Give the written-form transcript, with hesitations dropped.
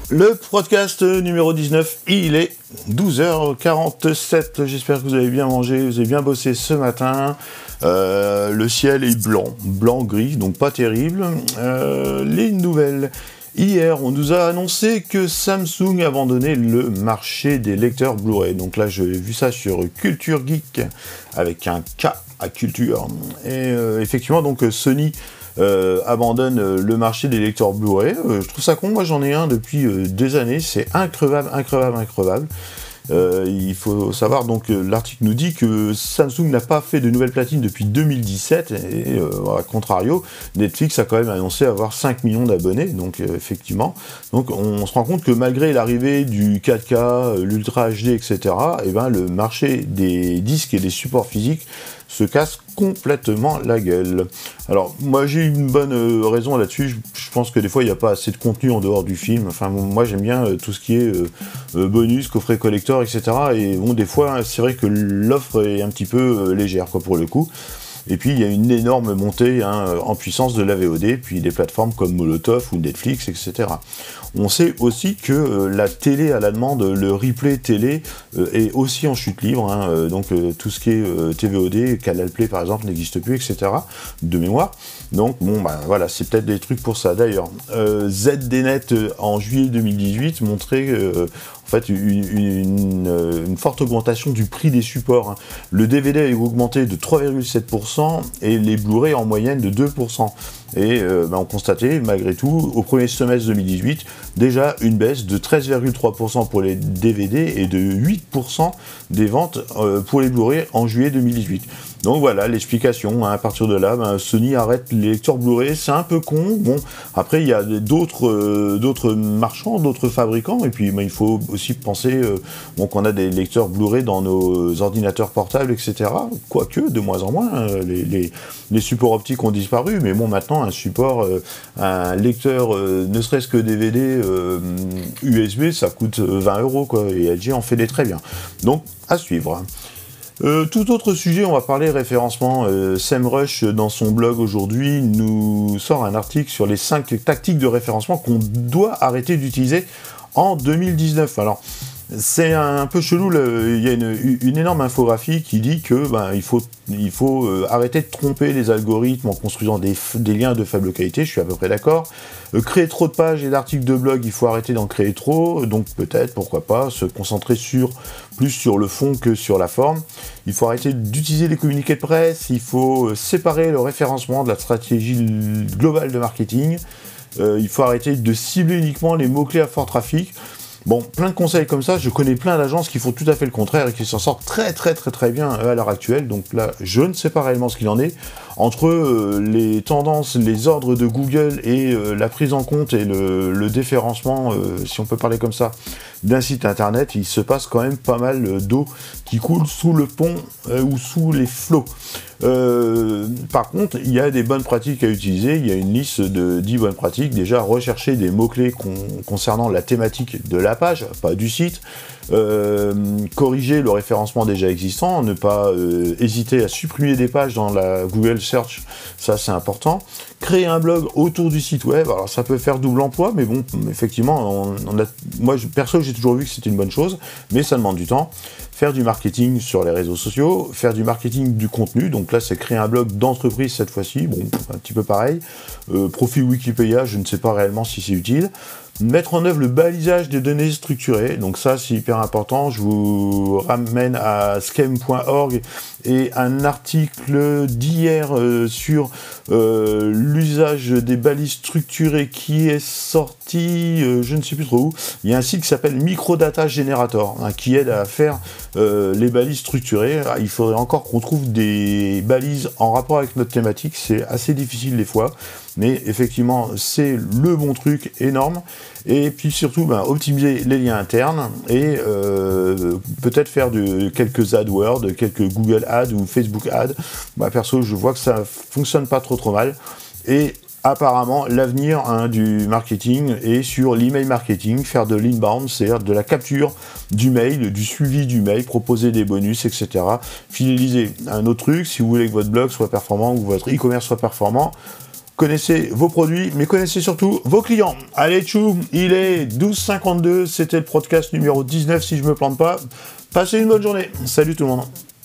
Le podcast numéro 19, il est 12h47. J'espère que vous avez bien mangé, vous avez bien bossé ce matin. Le ciel est blanc-gris, donc pas terrible. Les nouvelles. Hier, on nous a annoncé que Samsung abandonnait le marché des lecteurs Blu-ray. Donc là, j'ai vu ça sur Culture Geek, avec un K à culture. Et effectivement, donc Sony abandonne le marché des lecteurs Blu-ray. Je trouve ça con, moi j'en ai un depuis des années, c'est increvable. Il faut savoir, donc l'article nous dit que Samsung n'a pas fait de nouvelles platines depuis 2017, et à contrario, Netflix a quand même annoncé avoir 5 millions d'abonnés, donc effectivement. Donc on se rend compte que malgré l'arrivée du 4K, l'Ultra HD, etc., et ben, le marché des disques et des supports physiques se casse complètement la gueule. Alors, moi j'ai une bonne raison là-dessus, je pense que des fois il n'y a pas assez de contenu en dehors du film, enfin moi j'aime bien tout ce qui est bonus, coffret collector, etc. Et bon, des fois c'est vrai que l'offre est un petit peu légère, quoi, pour le coup. Et puis il y a une énorme montée en puissance de la VOD, puis des plateformes comme Molotov ou Netflix, etc. On sait aussi que la télé à la demande, le replay télé est aussi en chute libre, donc tout ce qui est TVOD, Canal Play par exemple n'existe plus, etc. de mémoire. Donc bon, bah voilà, c'est peut-être des trucs pour ça. D'ailleurs, ZDNet en juillet 2018 montrait en fait une forte augmentation du prix des supports. Le DVD a augmenté de 3,7% et les Blu-ray en moyenne de 2%. Et on constatait malgré tout au premier semestre 2018 déjà une baisse de 13,3% pour les DVD et de 8% des ventes pour les Blu-ray en juillet 2018. Donc voilà l'explication, à partir de là, Sony arrête les lecteurs Blu-ray, c'est un peu con. Bon, après il y a d'autres marchands, d'autres fabricants, et puis il faut aussi penser qu'on a des lecteurs Blu-ray dans nos ordinateurs portables, etc. Quoique, de moins en moins, les supports optiques ont disparu, mais bon, maintenant un lecteur, ne serait-ce que DVD USB, ça coûte 20 €, quoi, et LG en fait des très bien. Donc, à suivre. Tout autre sujet, on va parler référencement. SEMrush, dans son blog aujourd'hui, nous sort un article sur les 5 tactiques de référencement qu'on doit arrêter d'utiliser en 2019. Alors, c'est un peu chelou, il y a une énorme infographie qui dit que il faut arrêter de tromper les algorithmes en construisant des liens de faible qualité, je suis à peu près d'accord. Créer trop de pages et d'articles de blog, il faut arrêter d'en créer trop, donc peut-être, pourquoi pas, se concentrer plus sur le fond que sur la forme. Il faut arrêter d'utiliser les communiqués de presse, il faut séparer le référencement de la stratégie globale de marketing, il faut arrêter de cibler uniquement les mots-clés à fort trafic. Bon, plein de conseils comme ça, je connais plein d'agences qui font tout à fait le contraire et qui s'en sortent très bien à l'heure actuelle, donc là, je ne sais pas réellement ce qu'il en est. Entre les tendances, les ordres de Google et la prise en compte et le déférencement, si on peut parler comme ça, d'un site internet, il se passe quand même pas mal d'eau qui coule sous le pont ou sous les flots. Par contre, il y a des bonnes pratiques à utiliser, il y a une liste de 10 bonnes pratiques. Déjà, rechercher des mots-clés concernant la thématique de la page, pas du site. Corriger le référencement déjà existant, ne pas hésiter à supprimer des pages dans la Google Search, ça c'est important. Créer un blog autour du site web, alors ça peut faire double emploi, mais bon, effectivement, moi perso j'ai toujours vu que c'était une bonne chose, mais ça demande du temps. Faire du marketing sur les réseaux sociaux, faire du marketing du contenu, donc là c'est créer un blog d'entreprise cette fois-ci, bon, un petit peu pareil. Profil Wikipédia, je ne sais pas réellement si c'est utile. Mettre en œuvre le balisage des données structurées, donc ça c'est hyper important, je vous ramène à scheme.org et un article d'hier sur l'usage des balises structurées qui est sorti, je ne sais plus trop où. Il y a un site qui s'appelle Microdata Generator qui aide à faire les balises structurées. Il faudrait encore qu'on trouve des balises en rapport avec notre thématique, c'est assez difficile des fois, mais effectivement c'est le bon truc énorme. Et puis surtout optimiser les liens internes et peut-être faire quelques AdWords, quelques Google Ads ou Facebook Ads. Perso je vois que ça fonctionne pas trop mal, et apparemment l'avenir du marketing est sur l'email marketing, faire de l'inbound, c'est-à-dire de la capture du mail, du suivi du mail, proposer des bonus, etc. Fidéliser. Un autre truc, si vous voulez que votre blog soit performant ou votre e-commerce soit performant, Connaissez vos produits, mais connaissez surtout vos clients. Allez, tchou, il est 12h52, c'était le podcast numéro 19 si je me plante pas. Passez une bonne journée. Salut tout le monde.